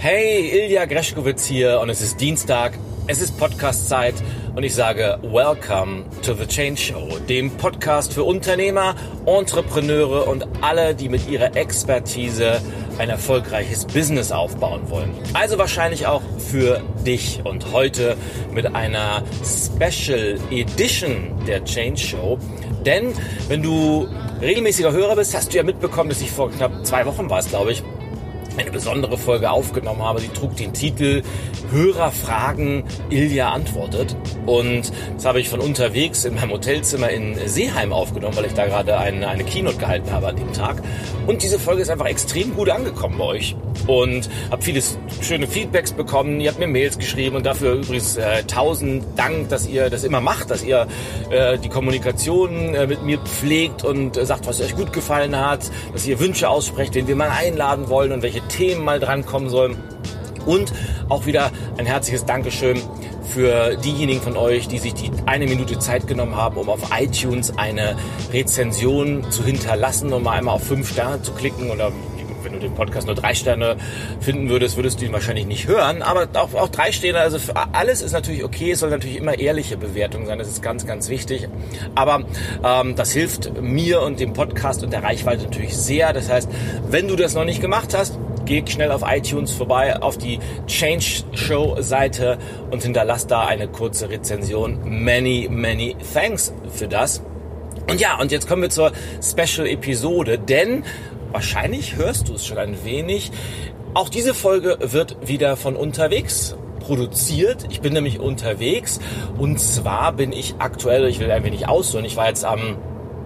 Hey, Ilja Greschkowitz hier und es ist Dienstag, es ist Podcast-Zeit und ich sage Welcome to the Change Show, dem Podcast für Unternehmer, Entrepreneure und alle, die mit ihrer Expertise ein erfolgreiches Business aufbauen wollen. Also wahrscheinlich auch für dich und heute mit einer Special Edition der Change Show. Denn wenn du regelmäßiger Hörer bist, hast du ja mitbekommen, dass ich vor knapp 2 Wochen war es, glaube ich, eine besondere Folge aufgenommen habe. Sie trug den Titel Hörer fragen, Ilja antwortet. Und das habe ich von unterwegs in meinem Hotelzimmer in Seeheim aufgenommen, weil ich da gerade eine Keynote gehalten habe an dem Tag. Und diese Folge ist einfach extrem gut angekommen bei euch. Und habe viele schöne Feedbacks bekommen. Ihr habt mir Mails geschrieben und dafür übrigens 1000 Dank, dass ihr das immer macht, dass ihr die Kommunikation mit mir pflegt und sagt, was euch gut gefallen hat, dass ihr Wünsche aussprecht, wen wir mal einladen wollen und welche Themen mal drankommen sollen. Und auch wieder ein herzliches Dankeschön für diejenigen von euch, die sich die 1 Minute Zeit genommen haben, um auf iTunes eine Rezension zu hinterlassen, um mal einmal auf 5 Sterne zu klicken. Oder wenn du den Podcast nur 3 Sterne finden würdest, würdest du ihn wahrscheinlich nicht hören. Aber auch 3 Sterne, also für alles ist natürlich okay. Es soll natürlich immer ehrliche Bewertungen sein. Das ist ganz, ganz wichtig. Aber das hilft mir und dem Podcast und der Reichweite natürlich sehr. Das heißt, wenn du das noch nicht gemacht hast, geh schnell auf iTunes vorbei, auf die Change Show Seite und hinterlass da eine kurze Rezension. Many, many thanks für das. Und ja, und jetzt kommen wir zur Special Episode, denn wahrscheinlich hörst du es schon ein wenig. Auch diese Folge wird wieder von unterwegs produziert. Ich bin nämlich unterwegs und zwar bin ich aktuell, ich will ein wenig ausholen, ich war jetzt am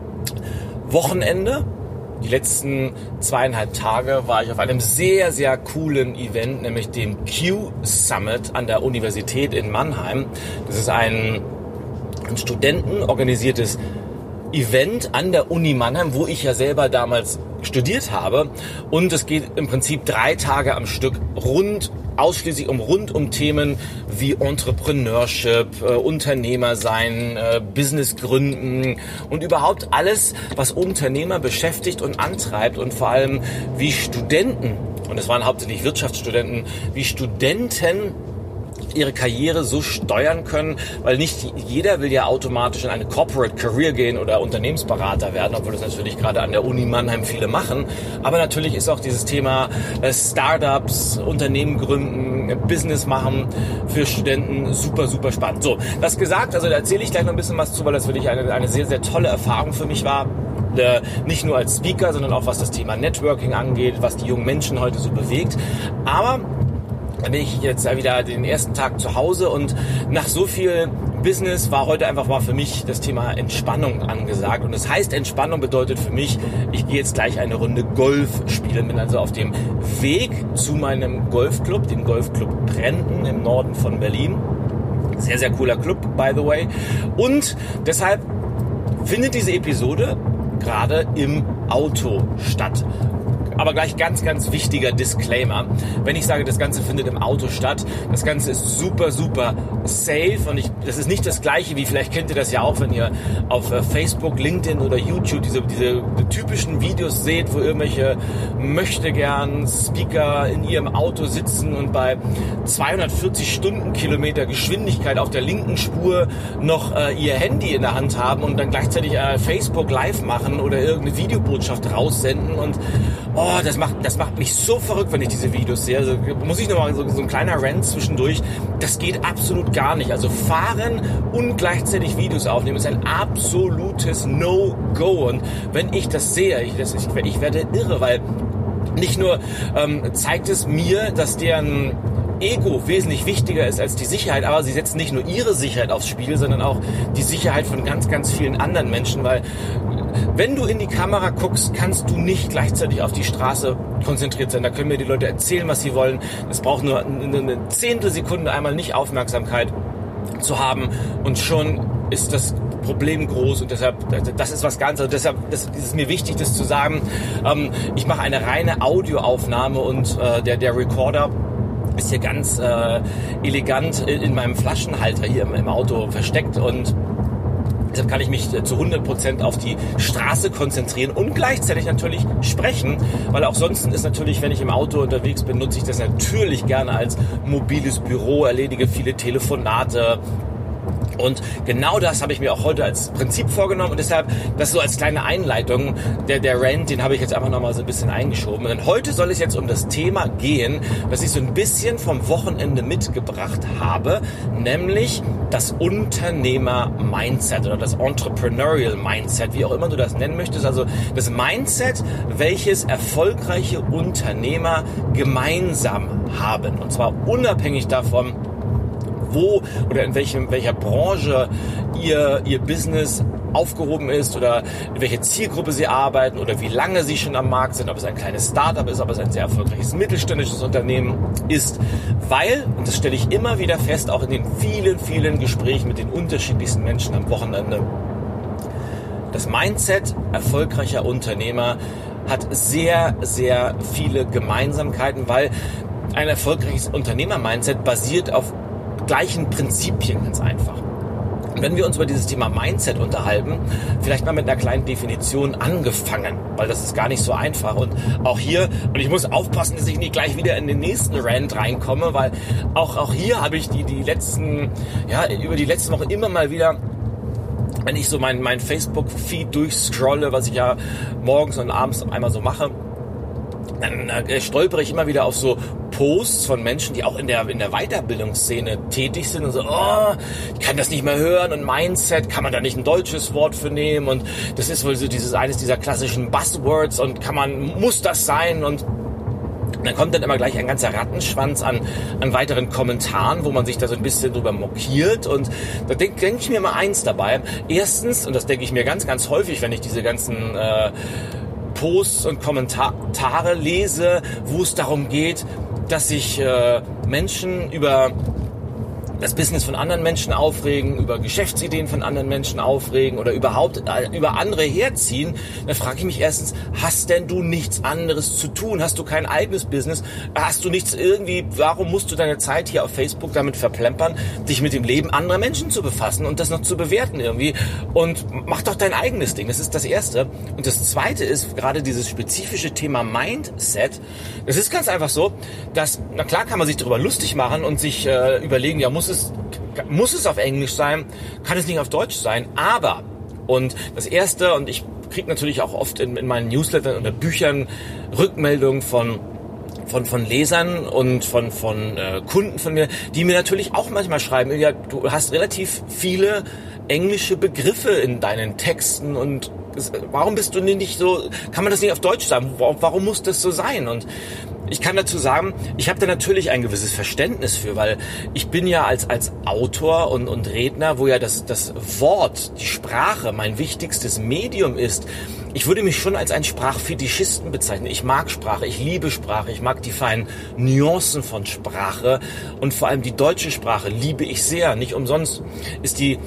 Wochenende. Die letzten 2,5 Tage war ich auf einem sehr, sehr coolen Event, nämlich dem Q-Summit an der Universität in Mannheim. Das ist ein studentenorganisiertes Event an der Uni Mannheim, wo ich ja selber damals studiert habe. Und es geht im Prinzip 3 Tage am Stück ausschließlich rund um Themen wie Entrepreneurship, Unternehmer sein, Business gründen und überhaupt alles, was Unternehmer beschäftigt und antreibt und vor allem wie Studenten, und es waren hauptsächlich Wirtschaftsstudenten, wie Studenten ihre Karriere so steuern können, weil nicht jeder will ja automatisch in eine Corporate Career gehen oder Unternehmensberater werden, obwohl das natürlich gerade an der Uni Mannheim viele machen. Aber natürlich ist auch dieses Thema Startups, Unternehmen gründen, Business machen für Studenten super, super spannend. So, das gesagt, also da erzähle ich gleich noch ein bisschen was zu, weil das wirklich eine sehr, sehr tolle Erfahrung für mich war. Nicht nur als Speaker, sondern auch was das Thema Networking angeht, was die jungen Menschen heute so bewegt. Aber da bin ich jetzt wieder den ersten Tag zu Hause und nach so viel Business war heute einfach mal für mich das Thema Entspannung angesagt. Und das heißt, Entspannung bedeutet für mich, ich gehe jetzt gleich eine Runde Golf spielen, bin also auf dem Weg zu meinem Golfclub, dem Golfclub Brenden im Norden von Berlin. Sehr, sehr cooler Club, by the way. Und deshalb findet diese Episode gerade im Auto statt. Aber gleich ganz, ganz wichtiger Disclaimer. Wenn ich sage, das Ganze findet im Auto statt, das Ganze ist super, super safe und das ist nicht das Gleiche, wie vielleicht kennt ihr das ja auch, wenn ihr auf Facebook, LinkedIn oder YouTube diese typischen Videos seht, wo irgendwelche möchtegern Speaker in ihrem Auto sitzen und bei 240 Stundenkilometer Geschwindigkeit auf der linken Spur noch ihr Handy in der Hand haben und dann gleichzeitig Facebook live machen oder irgendeine Videobotschaft raussenden und das macht mich so verrückt, wenn ich diese Videos sehe. Also muss ich nochmal so ein kleiner Rant zwischendurch. Das geht absolut gar nicht. Also fahren und gleichzeitig Videos aufnehmen ist ein absolutes No-Go. Und wenn ich das sehe, ich werde irre, weil nicht nur zeigt es mir, dass deren Ego wesentlich wichtiger ist als die Sicherheit, aber sie setzen nicht nur ihre Sicherheit aufs Spiel, sondern auch die Sicherheit von ganz, ganz vielen anderen Menschen, weil wenn du in die Kamera guckst, kannst du nicht gleichzeitig auf die Straße konzentriert sein. Da können mir die Leute erzählen, was sie wollen. Es braucht nur eine Zehntelsekunde einmal nicht Aufmerksamkeit zu haben und schon ist das Problem groß und deshalb, das ist was ganz, also deshalb, das ist mir wichtig, das zu sagen. Ich mache eine reine Audioaufnahme und der Recorder ist hier ganz elegant in meinem Flaschenhalter hier im Auto versteckt und Deshalb kann ich mich zu 100% auf die Straße konzentrieren und gleichzeitig natürlich sprechen, weil auch sonst ist natürlich, wenn ich im Auto unterwegs bin, nutze ich das natürlich gerne als mobiles Büro, erledige viele Telefonate. Und genau das habe ich mir auch heute als Prinzip vorgenommen und deshalb, das so als kleine Einleitung, der Rant, den habe ich jetzt einfach nochmal so ein bisschen eingeschoben. Und heute soll es jetzt um das Thema gehen, das ich so ein bisschen vom Wochenende mitgebracht habe, nämlich das Unternehmer-Mindset oder das Entrepreneurial-Mindset, wie auch immer du das nennen möchtest. Also das Mindset, welches erfolgreiche Unternehmer gemeinsam haben. Und zwar unabhängig davon, wo oder in welcher Branche ihr Business aufgehoben ist oder in welche Zielgruppe sie arbeiten oder wie lange sie schon am Markt sind, ob es ein kleines Startup ist, ob es ein sehr erfolgreiches mittelständisches Unternehmen ist, weil, und das stelle ich immer wieder fest, auch in den vielen, vielen Gesprächen mit den unterschiedlichsten Menschen am Wochenende, das Mindset erfolgreicher Unternehmer hat sehr, sehr viele Gemeinsamkeiten, weil ein erfolgreiches Unternehmer-Mindset basiert auf gleichen Prinzipien, ganz einfach. Und wenn wir uns über dieses Thema Mindset unterhalten, vielleicht mal mit einer kleinen Definition angefangen, weil das ist gar nicht so einfach. Und auch hier, und ich muss aufpassen, dass ich nicht gleich wieder in den nächsten Rant reinkomme, weil auch hier habe ich über die letzten Wochen immer mal wieder, wenn ich so mein Facebook-Feed durchscrolle, was ich ja morgens und abends einmal so mache, dann stolpere ich immer wieder auf so Posts von Menschen, die auch in der Weiterbildungsszene tätig sind und so, ich kann das nicht mehr hören und Mindset, kann man da nicht ein deutsches Wort für nehmen und das ist wohl so eines dieser klassischen Buzzwords und muss das sein und dann kommt dann immer gleich ein ganzer Rattenschwanz an weiteren Kommentaren, wo man sich da so ein bisschen drüber mokiert und da denke ich mir mal eins dabei. Erstens, und das denke ich mir ganz, ganz häufig, wenn ich diese ganzen Posts und Kommentare lese, wo es darum geht, dass sich Menschen über das Business von anderen Menschen aufregen, über Geschäftsideen von anderen Menschen aufregen oder überhaupt über andere herziehen, dann frage ich mich erstens, hast denn du nichts anderes zu tun? Hast du kein eigenes Business? Hast du nichts warum musst du deine Zeit hier auf Facebook damit verplempern, dich mit dem Leben anderer Menschen zu befassen und das noch zu bewerten irgendwie? Und mach doch dein eigenes Ding. Das ist das Erste. Und das Zweite ist gerade dieses spezifische Thema Mindset. Es ist ganz einfach so, dass, na klar kann man sich darüber lustig machen und sich überlegen, ja, muss es auf Englisch sein? Kann es nicht auf Deutsch sein? Aber, und das Erste, und ich kriege natürlich auch oft in meinen Newslettern oder Büchern Rückmeldungen von Lesern und von Kunden von mir, die mir natürlich auch manchmal schreiben, ja, du hast relativ viele englische Begriffe in deinen Texten und warum bist du nicht so, kann man das nicht auf Deutsch sagen? Warum muss das so sein? Und ich kann dazu sagen, ich habe da natürlich ein gewisses Verständnis für, weil ich bin ja als Autor und Redner, wo ja das Wort, die Sprache mein wichtigstes Medium ist. Ich würde mich schon als einen Sprachfetischisten bezeichnen. Ich mag Sprache, ich liebe Sprache, ich mag die feinen Nuancen von Sprache und vor allem die deutsche Sprache liebe ich sehr. Nicht umsonst ist die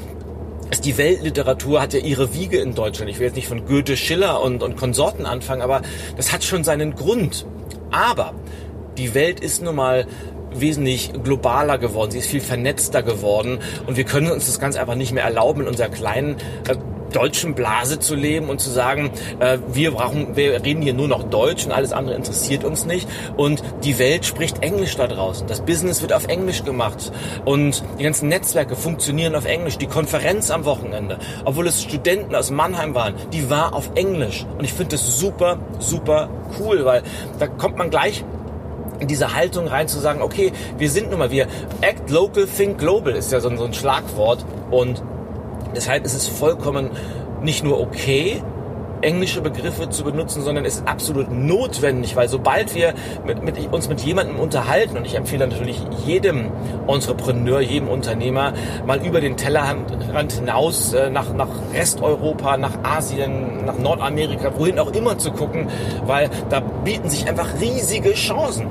Weltliteratur hat ja ihre Wiege in Deutschland. Ich will jetzt nicht von Goethe, Schiller und Konsorten anfangen, aber das hat schon seinen Grund. Aber die Welt ist nun mal wesentlich globaler geworden, sie ist viel vernetzter geworden und wir können uns das ganz einfach nicht mehr erlauben, in unserer kleinen deutschen Blase zu leben und zu sagen, wir reden hier nur noch Deutsch und alles andere interessiert uns nicht und die Welt spricht Englisch da draußen. Das Business wird auf Englisch gemacht und die ganzen Netzwerke funktionieren auf Englisch. Die Konferenz am Wochenende, obwohl es Studenten aus Mannheim waren, die war auf Englisch und ich finde das super, super cool, weil da kommt man gleich in diese Haltung rein zu sagen, okay, wir act local, think global ist ja so ein Schlagwort und deshalb ist es vollkommen nicht nur okay, englische Begriffe zu benutzen, sondern es ist absolut notwendig, weil sobald wir uns mit jemandem unterhalten, und ich empfehle natürlich jedem Entrepreneur, jedem Unternehmer, mal über den Tellerrand hinaus nach Resteuropa, nach Asien, nach Nordamerika, wohin auch immer zu gucken, weil da bieten sich einfach riesige Chancen.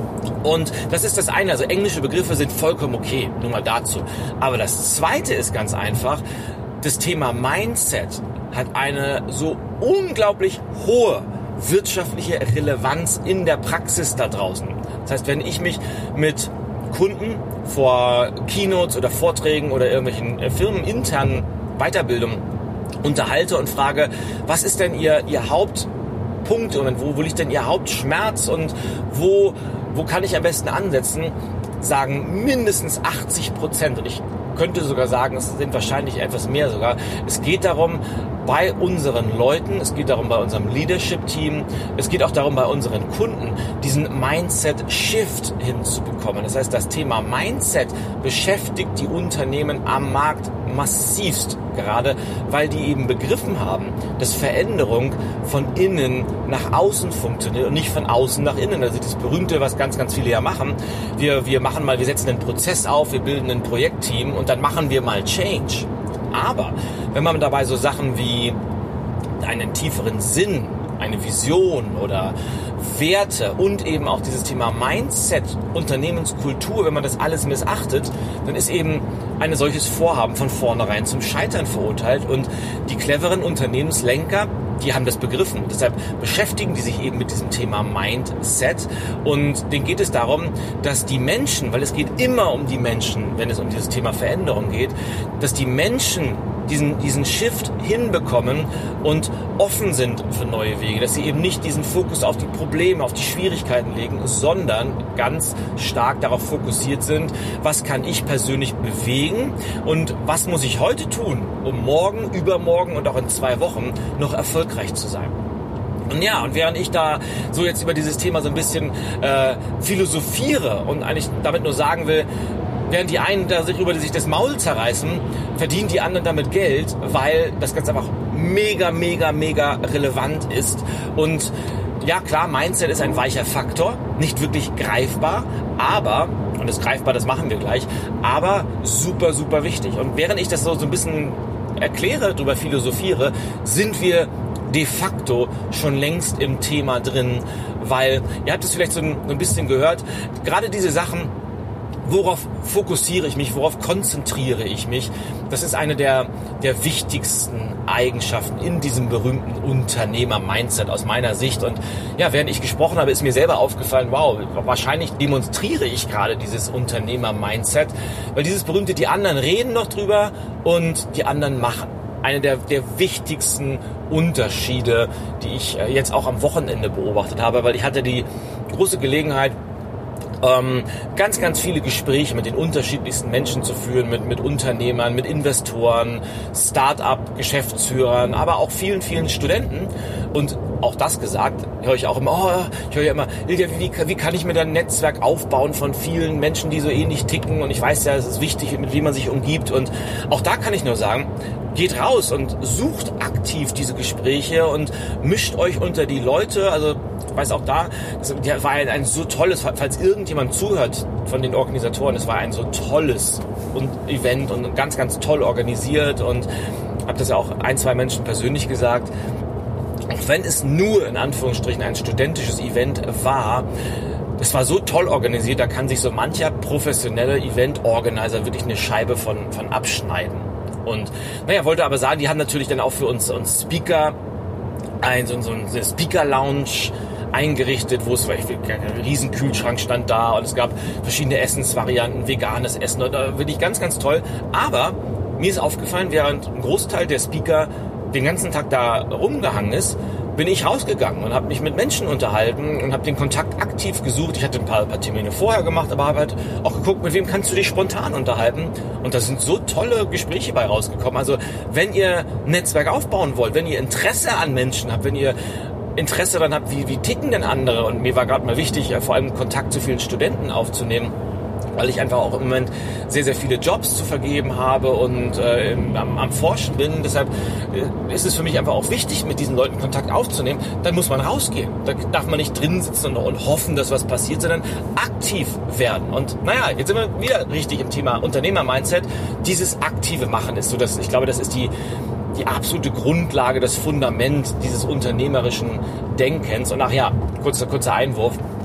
Und das ist das eine, also englische Begriffe sind vollkommen okay, nur mal dazu. Aber das Zweite ist ganz einfach, das Thema Mindset hat eine so unglaublich hohe wirtschaftliche Relevanz in der Praxis da draußen. Das heißt, wenn ich mich mit Kunden vor Keynotes oder Vorträgen oder irgendwelchen firmeninternen Weiterbildung unterhalte und frage, was ist denn Ihr Hauptpunkt und wo liegt denn Ihr Hauptschmerz und wo kann ich am besten ansetzen, sagen mindestens 80%, und ich könnte sogar sagen, es sind wahrscheinlich etwas mehr sogar. Es geht darum, bei unseren Leuten, es geht darum, bei unserem Leadership-Team, es geht auch darum, bei unseren Kunden, diesen Mindset-Shift hinzubekommen. Das heißt, das Thema Mindset beschäftigt die Unternehmen am Markt massivst gerade, weil die eben begriffen haben, dass Veränderung von innen nach außen funktioniert und nicht von außen nach innen. Also das Berühmte, was ganz, ganz viele ja machen. Wir setzen einen Prozess auf, wir bilden ein Projektteam und dann machen wir mal Change. Aber wenn man dabei so Sachen wie einen tieferen Sinn, eine Vision oder Werte und eben auch dieses Thema Mindset, Unternehmenskultur, wenn man das alles missachtet, dann ist eben ein solches Vorhaben von vornherein zum Scheitern verurteilt. Und die cleveren Unternehmenslenker, die haben das begriffen. Deshalb beschäftigen die sich eben mit diesem Thema Mindset. Und denen geht es darum, dass die Menschen, weil es geht immer um die Menschen, wenn es um dieses Thema Veränderung geht, dass die Menschen diesen Shift hinbekommen und offen sind für neue Wege, dass sie eben nicht diesen Fokus auf die Probleme, auf die Schwierigkeiten legen, sondern ganz stark darauf fokussiert sind, was kann ich persönlich bewegen und was muss ich heute tun, um morgen, übermorgen und auch in 2 Wochen noch erfolgreich zu sein. Und ja, und während ich da so jetzt über dieses Thema so ein bisschen philosophiere und eigentlich damit nur sagen will, während die einen da sich das Maul zerreißen, verdienen die anderen damit Geld, weil das Ganze einfach mega, mega, mega relevant ist. Und ja klar, Mindset ist ein weicher Faktor, nicht wirklich greifbar, aber, und das greifbar, das machen wir gleich, aber super, super wichtig. Und während ich das so ein bisschen erkläre, darüber philosophiere, sind wir de facto schon längst im Thema drin, weil, ihr habt es vielleicht so ein bisschen gehört, gerade diese Sachen, worauf fokussiere ich mich, worauf konzentriere ich mich? Das ist eine der wichtigsten Eigenschaften in diesem berühmten Unternehmer-Mindset aus meiner Sicht. Und ja, während ich gesprochen habe, ist mir selber aufgefallen, wow, wahrscheinlich demonstriere ich gerade dieses Unternehmer-Mindset, weil dieses berühmte, die anderen reden noch drüber und die anderen machen. Eine der wichtigsten Unterschiede, die ich jetzt auch am Wochenende beobachtet habe, weil ich hatte die große Gelegenheit, ganz, ganz viele Gespräche mit den unterschiedlichsten Menschen zu führen, mit Unternehmern, mit Investoren, Start-up-Geschäftsführern, aber auch vielen, vielen Studenten. Und auch das gesagt, höre ich ja immer, Ilja, wie kann ich mir da ein Netzwerk aufbauen von vielen Menschen, die so ähnlich ticken? Und ich weiß ja, es ist wichtig, mit wem man sich umgibt. Und auch da kann ich nur sagen, geht raus und sucht aktiv diese Gespräche und mischt euch unter die Leute. Also ich weiß auch da, das war ein so tolles, falls irgendjemand zuhört von den Organisatoren, es war ein so tolles Event und ganz, ganz toll organisiert und habe das ja auch 1-2 Menschen persönlich gesagt. Auch wenn es nur in Anführungsstrichen ein studentisches Event war, das war so toll organisiert, da kann sich so mancher professionelle Event-Organizer wirklich eine Scheibe von abschneiden. Und naja, wollte aber sagen, die haben natürlich dann auch für uns Speaker, so eine Speaker-Lounge eingerichtet, wo es ein riesen Kühlschrank stand da und es gab verschiedene Essensvarianten, veganes Essen und wirklich ganz, ganz toll. Aber mir ist aufgefallen, während ein Großteil der Speaker den ganzen Tag da rumgehangen ist, bin ich rausgegangen und habe mich mit Menschen unterhalten und habe den Kontakt aktiv gesucht. Ich hatte ein paar Termine vorher gemacht, aber habe halt auch geguckt, mit wem kannst du dich spontan unterhalten. Und da sind so tolle Gespräche bei rausgekommen. Also wenn ihr ein Netzwerk aufbauen wollt, wenn ihr Interesse an Menschen habt, wenn ihr Interesse daran habt, wie ticken denn andere? Und mir war gerade mal wichtig, vor allem Kontakt zu vielen Studenten aufzunehmen, weil ich einfach auch im Moment sehr, sehr viele Jobs zu vergeben habe und am Forschen bin. Deshalb ist es für mich einfach auch wichtig, mit diesen Leuten Kontakt aufzunehmen. Dann muss man rausgehen. Da darf man nicht drin sitzen und hoffen, dass was passiert, sondern aktiv werden. Und naja, jetzt sind wir wieder richtig im Thema Unternehmer-Mindset. Dieses aktive Machen ist so, ich glaube, das ist die absolute Grundlage, das Fundament dieses unternehmerischen Denkens. Und ach ja, kurzer Einwurf.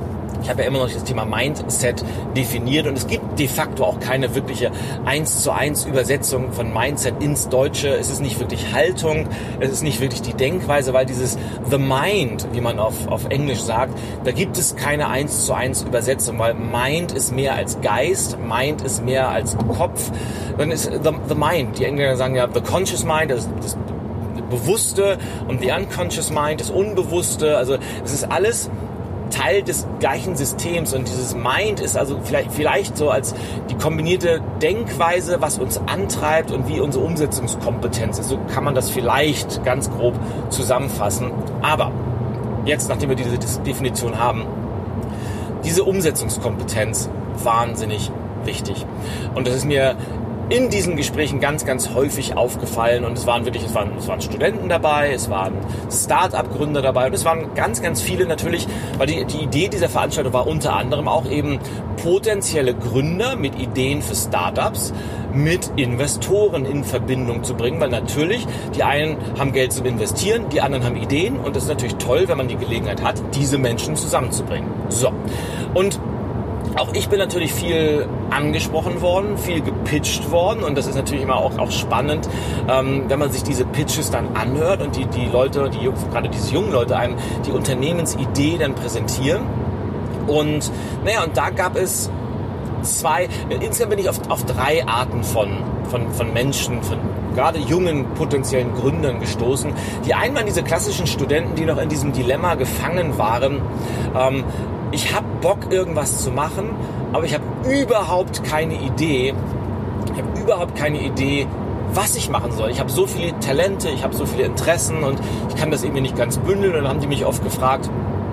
Ich habe ja immer noch das Thema Mindset definiert und es gibt de facto auch keine wirkliche 1:1 Übersetzung von Mindset ins Deutsche. Es ist nicht wirklich Haltung, es ist nicht wirklich die Denkweise, weil dieses The Mind, wie man auf Englisch sagt, da gibt es keine 1:1 Übersetzung, weil Mind ist mehr als Geist, Mind ist mehr als Kopf. Dann ist the Mind, die Engländer sagen ja the Conscious Mind, das Bewusste, und the Unconscious Mind, das Unbewusste. Also es ist alles Teil des gleichen Systems, und dieses Mind ist also vielleicht so als die kombinierte Denkweise, was uns antreibt und wie unsere Umsetzungskompetenz ist. So kann man das vielleicht ganz grob zusammenfassen. Aber jetzt, nachdem wir diese Definition haben, diese Umsetzungskompetenz wahnsinnig wichtig. Und das ist mir in diesen Gesprächen ganz, ganz häufig aufgefallen, und es waren Studenten dabei, es waren Start-up-Gründer dabei und es waren ganz, ganz viele natürlich, weil die Idee dieser Veranstaltung war unter anderem auch eben potenzielle Gründer mit Ideen für Startups mit Investoren in Verbindung zu bringen, weil natürlich die einen haben Geld zum Investieren, die anderen haben Ideen, und das ist natürlich toll, wenn man die Gelegenheit hat, diese Menschen zusammenzubringen. So, und auch ich bin natürlich viel angesprochen worden, viel gepitcht worden, und das ist natürlich immer auch spannend, wenn man sich diese Pitches dann anhört und die Leute, gerade diese jungen Leute einem die Unternehmensidee dann präsentieren. Und und da gab es insgesamt bin ich auf 3 Arten von Menschen, von gerade jungen potenziellen Gründern gestoßen. Die einen waren diese klassischen Studenten, die noch in diesem Dilemma gefangen waren. Ich habe Bock, irgendwas zu machen, aber ich habe überhaupt keine Idee. Was ich machen soll. Ich habe so viele Talente, ich habe so viele Interessen und ich kann das irgendwie nicht ganz bündeln. Und dann haben die mich oft gefragt,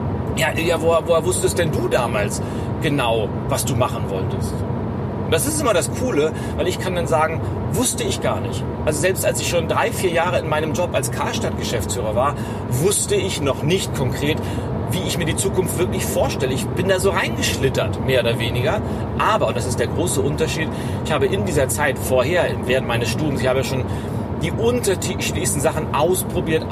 woher wusstest denn du damals genau, was du machen wolltest? Und das ist immer das Coole, weil ich kann dann sagen, wusste ich gar nicht. Also selbst als ich schon 3-4 Jahre in meinem Job als Karstadt-Geschäftsführer war, wusste ich noch nicht konkret, wie ich mir die Zukunft wirklich vorstelle. Ich bin da so reingeschlittert, mehr oder weniger. Aber, und das ist der große Unterschied, ich habe in dieser Zeit vorher, während meines Studiums, ich habe schon die unterschiedlichsten Sachen ausprobiert.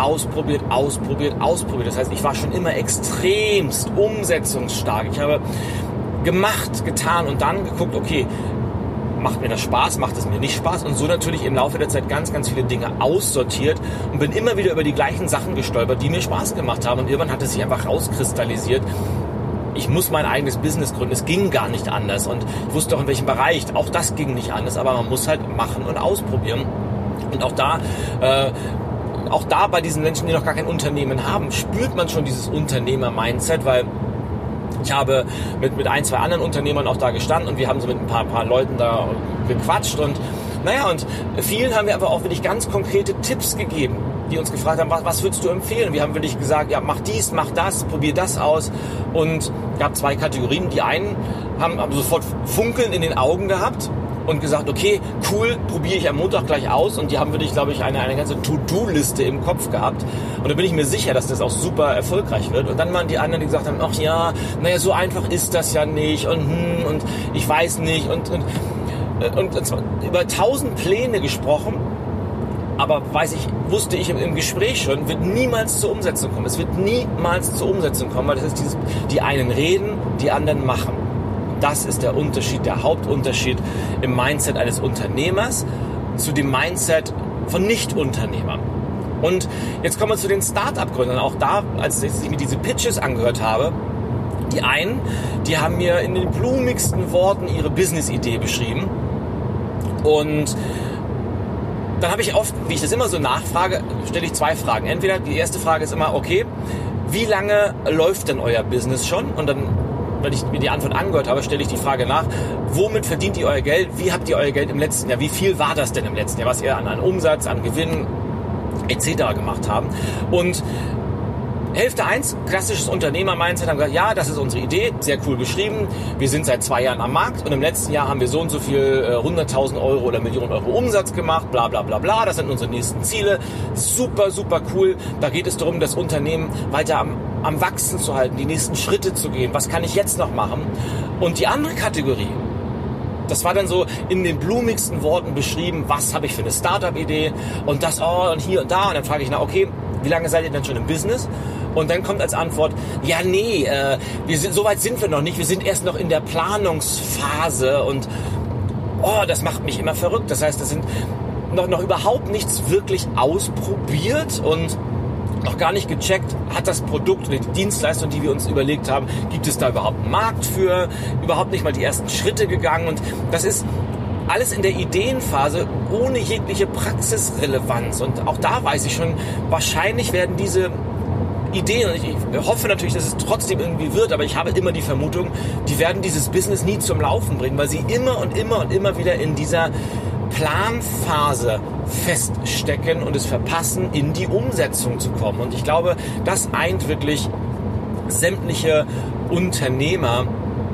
Das heißt, ich war schon immer extremst umsetzungsstark. Ich habe gemacht, getan und dann geguckt, okay, macht mir das Spaß, macht es mir nicht Spaß, und so natürlich im Laufe der Zeit ganz, ganz viele Dinge aussortiert und bin immer wieder über die gleichen Sachen gestolpert, die mir Spaß gemacht haben, und irgendwann hat es sich einfach rauskristallisiert. Ich muss mein eigenes Business gründen, es ging gar nicht anders, und ich wusste auch in welchem Bereich, auch das ging nicht anders, aber man muss halt machen und ausprobieren. Und auch da bei diesen Menschen, die noch gar kein Unternehmen haben, spürt man schon dieses Unternehmer-Mindset, weil ich habe mit 1-2 anderen Unternehmern auch da gestanden und wir haben so mit ein paar Leuten da gequatscht, und vielen haben wir aber auch wirklich ganz konkrete Tipps gegeben, die uns gefragt haben, was würdest du empfehlen? Wir haben wirklich gesagt, ja, mach dies, mach das, probier das aus, und es gab 2 Kategorien. Die einen haben sofort Funkeln in den Augen gehabt und gesagt, okay, cool, probiere ich am Montag gleich aus, und die haben wirklich, glaube ich, eine ganze To-Do-Liste im Kopf gehabt, und da bin ich mir sicher, dass das auch super erfolgreich wird. Und dann waren die anderen, die gesagt haben, ach ja, so einfach ist das ja nicht, und ich weiß nicht, und über 1000 Pläne gesprochen, aber wusste ich im Gespräch schon, wird niemals zur Umsetzung kommen. Es wird niemals zur Umsetzung kommen, weil das ist die einen reden, die anderen machen. Das ist der Unterschied, der Hauptunterschied im Mindset eines Unternehmers zu dem Mindset von Nicht-Unternehmern. Und jetzt kommen wir zu den Start-up-Gründern. Auch da, als ich mir diese Pitches angehört habe, die einen, die haben mir in den blumigsten Worten ihre Business-Idee beschrieben. Und dann habe ich oft, wie ich das immer so nachfrage, stelle ich 2 Fragen. Entweder die erste Frage ist immer, okay, wie lange läuft denn euer Business schon? Und dann, wenn ich mir die Antwort angehört habe, stelle ich die Frage nach, womit verdient ihr euer Geld? Wie habt ihr euer Geld im letzten Jahr? Wie viel war das denn im letzten Jahr, was ihr an Umsatz, an Gewinn etc. gemacht haben? Und Hälfte 1, klassisches Unternehmer-Mindset, haben gesagt, ja, das ist unsere Idee, sehr cool beschrieben. Wir sind seit 2 Jahren am Markt, und im letzten Jahr haben wir so und so viel 100.000 Euro oder Millionen Euro Umsatz gemacht, bla bla bla bla, das sind unsere nächsten Ziele. Super, super cool. Da geht es darum, das Unternehmen weiter am Wachsen zu halten, die nächsten Schritte zu gehen. Was kann ich jetzt noch machen? Und die andere Kategorie, das war dann so in den blumigsten Worten beschrieben, was habe ich für eine Startup-Idee und das, und hier und da. Und dann frage ich, okay, wie lange seid ihr denn schon im Business? Und dann kommt als Antwort, ja nee, so weit sind wir noch nicht, wir sind erst noch in der Planungsphase und das macht mich immer verrückt. Das heißt, das sind noch überhaupt nichts wirklich ausprobiert und noch gar nicht gecheckt, hat das Produkt oder die Dienstleistung, die wir uns überlegt haben, gibt es da überhaupt einen Markt für, überhaupt nicht mal die ersten Schritte gegangen. Und das ist alles in der Ideenphase ohne jegliche Praxisrelevanz. Und auch da weiß ich schon, wahrscheinlich werden diese Ideen, und ich hoffe natürlich, dass es trotzdem irgendwie wird, aber ich habe immer die Vermutung, die werden dieses Business nie zum Laufen bringen, weil sie immer und immer und immer wieder in dieser Planphase feststecken und es verpassen, in die Umsetzung zu kommen. Und ich glaube, das eint wirklich sämtliche Unternehmer,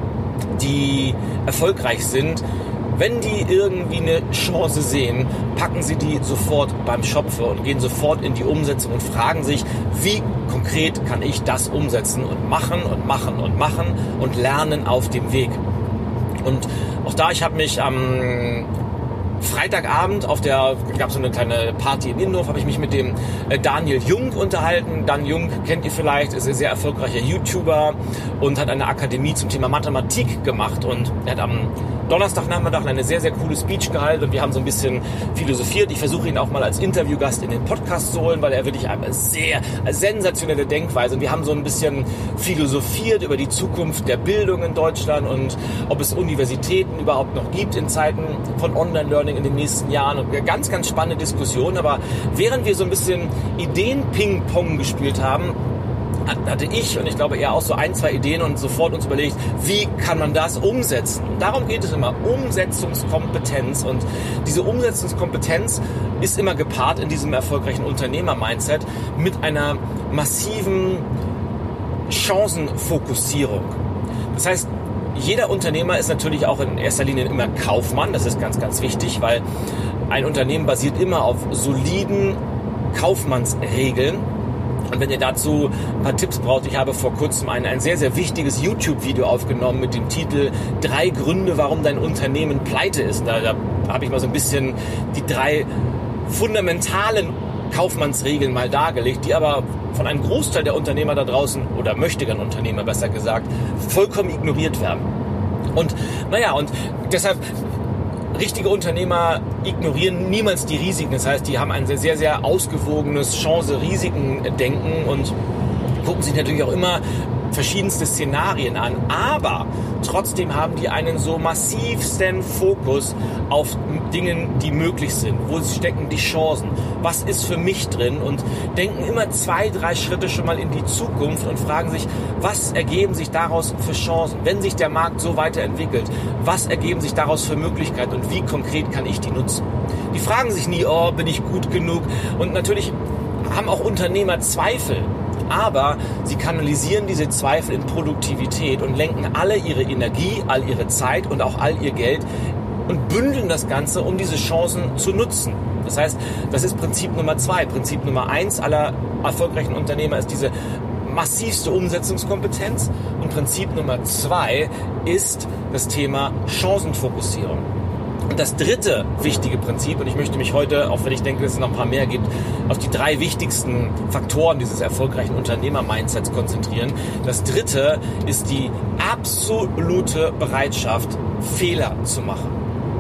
die erfolgreich sind. Wenn die irgendwie eine Chance sehen, packen sie die sofort beim Schopfe und gehen sofort in die Umsetzung und fragen sich, wie konkret kann ich das umsetzen und machen und machen und machen und lernen auf dem Weg. Und auch da, ich habe mich am Freitagabend gab es so eine kleine Party in Innenhof, habe ich mich mit dem Daniel Jung unterhalten. Dan Jung kennt ihr vielleicht, ist ein sehr erfolgreicher YouTuber und hat eine Akademie zum Thema Mathematik gemacht. Und er hat am Donnerstagnachmittag eine sehr, sehr coole Speech gehalten und wir haben so ein bisschen philosophiert. Ich versuche ihn auch mal als Interviewgast in den Podcast zu holen, weil er wirklich eine sehr sensationelle Denkweise und wir haben so ein bisschen philosophiert über die Zukunft der Bildung in Deutschland und ob es Universitäten überhaupt noch gibt in Zeiten von Online-Learning in den nächsten Jahren und eine ganz, ganz spannende Diskussion. Aber während wir so ein bisschen Ideen-Ping-Pong gespielt haben, hatte ich und ich glaube er auch so 1-2 Ideen und sofort uns überlegt, wie kann man das umsetzen? Und darum geht es immer, Umsetzungskompetenz. Und diese Umsetzungskompetenz ist immer gepaart in diesem erfolgreichen Unternehmer-Mindset mit einer massiven Chancenfokussierung. Das heißt, jeder Unternehmer ist natürlich auch in erster Linie immer Kaufmann. Das ist ganz, ganz wichtig, weil ein Unternehmen basiert immer auf soliden Kaufmannsregeln. Und wenn ihr dazu ein paar Tipps braucht, ich habe vor kurzem ein sehr, sehr wichtiges YouTube-Video aufgenommen mit dem Titel 3 Gründe, warum dein Unternehmen pleite ist. Da habe ich mal so ein bisschen die 3 fundamentalen Kaufmannsregeln mal dargelegt, die aber von einem Großteil der Unternehmer da draußen, oder möchtegern Unternehmer besser gesagt, vollkommen ignoriert werden. Und deshalb richtige Unternehmer ignorieren niemals die Risiken. Das heißt, die haben ein sehr, sehr ausgewogenes Chance-Risiken-Denken und gucken sich natürlich auch immer verschiedenste Szenarien an. Aber trotzdem haben die einen so massivsten Fokus auf Dingen, die möglich sind. Wo stecken die Chancen? Was ist für mich drin? Und denken immer 2-3 Schritte schon mal in die Zukunft und fragen sich, was ergeben sich daraus für Chancen? Wenn sich der Markt so weiterentwickelt, was ergeben sich daraus für Möglichkeiten und wie konkret kann ich die nutzen? Die fragen sich nie, bin ich gut genug? Und natürlich haben auch Unternehmer Zweifel. Aber sie kanalisieren diese Zweifel in Produktivität und lenken alle ihre Energie, all ihre Zeit und auch all ihr Geld und bündeln das Ganze, um diese Chancen zu nutzen. Das heißt, das ist Prinzip Nummer 2. Prinzip Nummer 1 aller erfolgreichen Unternehmer ist diese massivste Umsetzungskompetenz. Und Prinzip Nummer 2 ist das Thema Chancenfokussierung. Und das dritte wichtige Prinzip, und ich möchte mich heute, auch wenn ich denke, dass es noch ein paar mehr gibt, auf die 3 wichtigsten Faktoren dieses erfolgreichen Unternehmer-Mindsets konzentrieren. Das dritte ist die absolute Bereitschaft, Fehler zu machen.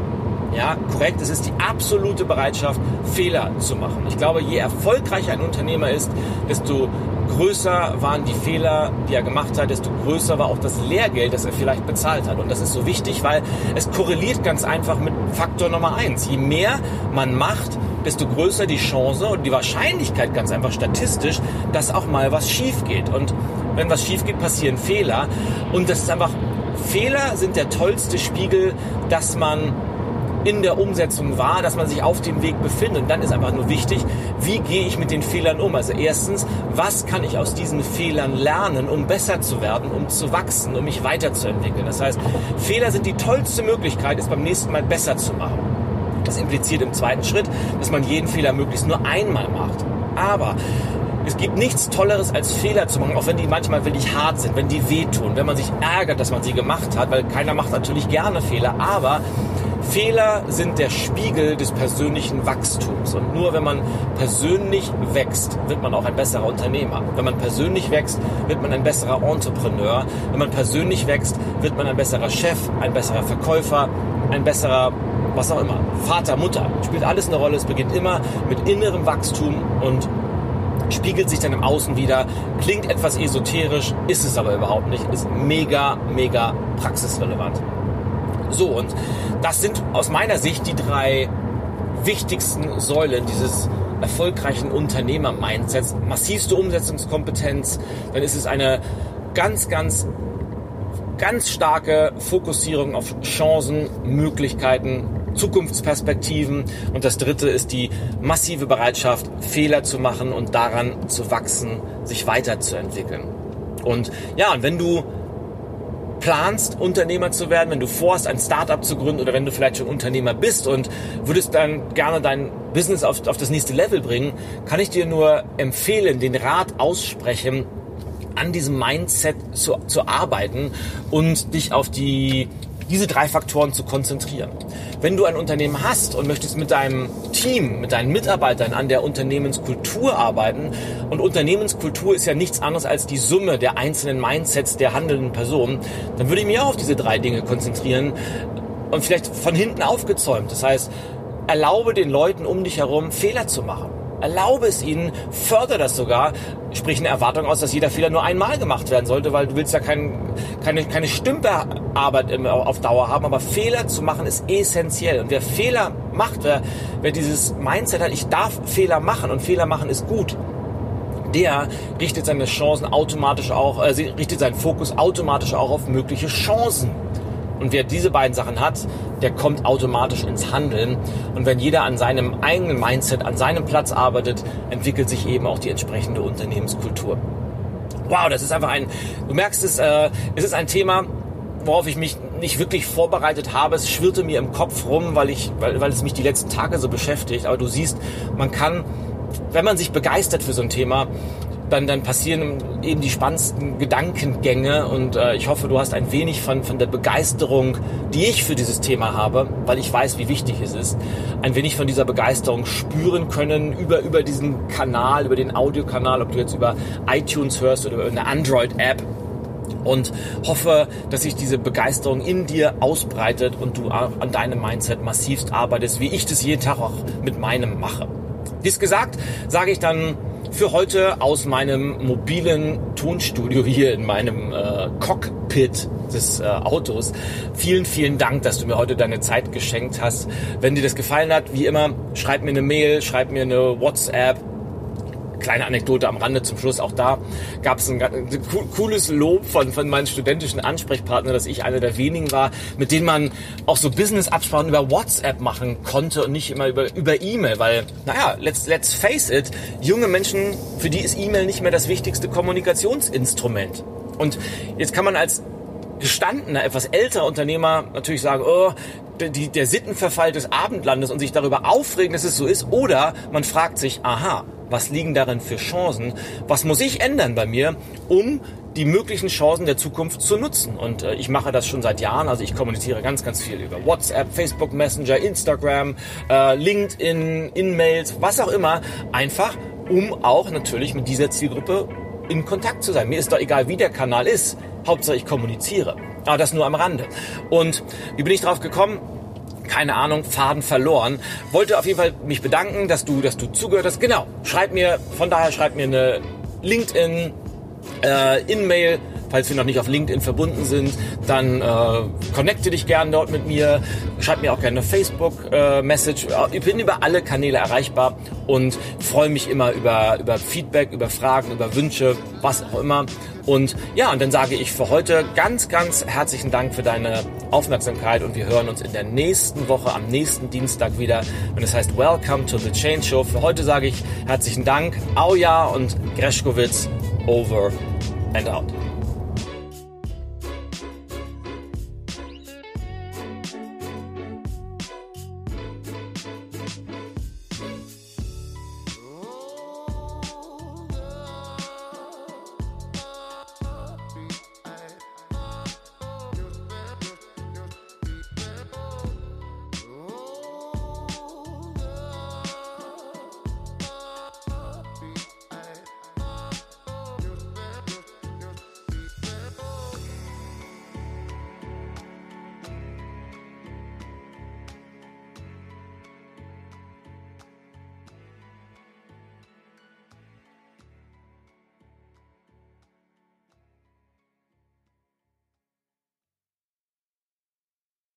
Ja, korrekt, es ist die absolute Bereitschaft, Fehler zu machen. Ich glaube, je erfolgreicher ein Unternehmer ist, desto größer waren die Fehler, die er gemacht hat, desto größer war auch das Lehrgeld, das er vielleicht bezahlt hat. Und das ist so wichtig, weil es korreliert ganz einfach mit Faktor Nummer 1. Je mehr man macht, desto größer die Chance und die Wahrscheinlichkeit ganz einfach statistisch, dass auch mal was schief geht. Und wenn was schief geht, passieren Fehler. Und das ist einfach, Fehler sind der tollste Spiegel, dass man in der Umsetzung war, dass man sich auf dem Weg befindet. Und dann ist einfach nur wichtig, wie gehe ich mit den Fehlern um? Also erstens, was kann ich aus diesen Fehlern lernen, um besser zu werden, um zu wachsen, um mich weiterzuentwickeln? Das heißt, Fehler sind die tollste Möglichkeit, es beim nächsten Mal besser zu machen. Das impliziert im zweiten Schritt, dass man jeden Fehler möglichst nur einmal macht. Aber es gibt nichts Tolleres als Fehler zu machen, auch wenn die manchmal wirklich hart sind, wenn die wehtun, wenn man sich ärgert, dass man sie gemacht hat, weil keiner macht natürlich gerne Fehler, aber Fehler sind der Spiegel des persönlichen Wachstums. Und nur wenn man persönlich wächst, wird man auch ein besserer Unternehmer. Wenn man persönlich wächst, wird man ein besserer Entrepreneur. Wenn man persönlich wächst, wird man ein besserer Chef, ein besserer Verkäufer, ein besserer, was auch immer, Vater, Mutter. Spielt alles eine Rolle. Es beginnt immer mit innerem Wachstum und spiegelt sich dann im Außen wieder. Klingt etwas esoterisch, ist es aber überhaupt nicht. Ist mega, mega praxisrelevant. So, und das sind aus meiner Sicht die 3 wichtigsten Säulen dieses erfolgreichen Unternehmer-Mindsets. Massivste Umsetzungskompetenz, dann ist es eine ganz, ganz, ganz starke Fokussierung auf Chancen, Möglichkeiten, Zukunftsperspektiven. Und das 3. ist die massive Bereitschaft, Fehler zu machen und daran zu wachsen, sich weiterzuentwickeln. Und ja, und wenn du planst, Unternehmer zu werden, wenn du vorhast, ein Startup zu gründen oder wenn du vielleicht schon Unternehmer bist und würdest dann gerne dein Business auf das nächste Level bringen, kann ich dir nur empfehlen, den Rat aussprechen, an diesem Mindset zu arbeiten und dich auf diese 3 Faktoren zu konzentrieren. Wenn du ein Unternehmen hast und möchtest mit deinem Team, mit deinen Mitarbeitern an der Unternehmenskultur arbeiten, und Unternehmenskultur ist ja nichts anderes als die Summe der einzelnen Mindsets der handelnden Personen, dann würde ich mich auch auf diese 3 Dinge konzentrieren und vielleicht von hinten aufgezäumt. Das heißt, erlaube den Leuten um dich herum, Fehler zu machen. Erlaube es ihnen, fördere das sogar, sprich eine Erwartung aus, dass jeder Fehler nur einmal gemacht werden sollte, weil du willst ja keine Stümperarbeit auf Dauer haben, aber Fehler zu machen ist essentiell. Und wer Fehler macht, wer dieses Mindset hat, ich darf Fehler machen und Fehler machen ist gut, der richtet seine Chancen automatisch auch, richtet seinen Fokus automatisch auch auf mögliche Chancen. Und wer diese beiden Sachen hat, der kommt automatisch ins Handeln. Und wenn jeder an seinem eigenen Mindset, an seinem Platz arbeitet, entwickelt sich eben auch die entsprechende Unternehmenskultur. Wow, das ist einfach du merkst es ist ein Thema, worauf ich mich nicht wirklich vorbereitet habe. Es schwirrte mir im Kopf rum, weil es mich die letzten Tage so beschäftigt. Aber du siehst, man kann, wenn man sich begeistert für so ein Thema, dann passieren eben die spannendsten Gedankengänge und ich hoffe, du hast ein wenig von der Begeisterung, die ich für dieses Thema habe, weil ich weiß, wie wichtig es ist, ein wenig von dieser Begeisterung spüren können über diesen Kanal, über den Audiokanal, ob du jetzt über iTunes hörst oder über eine Android-App, und hoffe, dass sich diese Begeisterung in dir ausbreitet und du an deinem Mindset massivst arbeitest, wie ich das jeden Tag auch mit meinem mache. Dies gesagt, sage ich dann für heute aus meinem mobilen Tonstudio hier in meinem Cockpit des Autos. Vielen, vielen Dank, dass du mir heute deine Zeit geschenkt hast. Wenn dir das gefallen hat, wie immer, schreib mir eine Mail, schreib mir eine WhatsApp. Kleine Anekdote am Rande zum Schluss, auch da gab es ein cooles Lob von meinen studentischen Ansprechpartnern, dass ich einer der wenigen war, mit denen man auch so Business-Absprachen über WhatsApp machen konnte und nicht immer über E-Mail, weil, naja, let's face it, junge Menschen, für die ist E-Mail nicht mehr das wichtigste Kommunikationsinstrument. Und jetzt kann man als gestandener, etwas älterer Unternehmer natürlich sagen, oh, der Sittenverfall des Abendlandes und sich darüber aufregen, dass es so ist, oder man fragt sich, aha, was liegen darin für Chancen? Was muss ich ändern bei mir, um die möglichen Chancen der Zukunft zu nutzen? Und ich mache das schon seit Jahren. Also ich kommuniziere ganz, ganz viel über WhatsApp, Facebook Messenger, Instagram, LinkedIn, In-Mails, was auch immer. Einfach, um auch natürlich mit dieser Zielgruppe in Kontakt zu sein. Mir ist doch egal, wie der Kanal ist. Hauptsache ich kommuniziere. Aber das nur am Rande. Und wie bin ich drauf gekommen? Keine Ahnung, Faden verloren. Wollte auf jeden Fall mich bedanken, dass du zugehört hast. Genau, schreib mir eine LinkedIn, In-Mail, falls wir noch nicht auf LinkedIn verbunden sind, dann connecte dich gerne dort mit mir. Schreib mir auch gerne eine Facebook-Message. Ich bin über alle Kanäle erreichbar und freue mich immer über Feedback, über Fragen, über Wünsche, was auch immer. Und ja, und dann sage ich für heute ganz, ganz herzlichen Dank für deine Aufmerksamkeit und wir hören uns in der nächsten Woche, am nächsten Dienstag wieder, wenn es heißt Welcome to the Change Show. Für heute sage ich herzlichen Dank, Auja und Greschkowitz, over and out.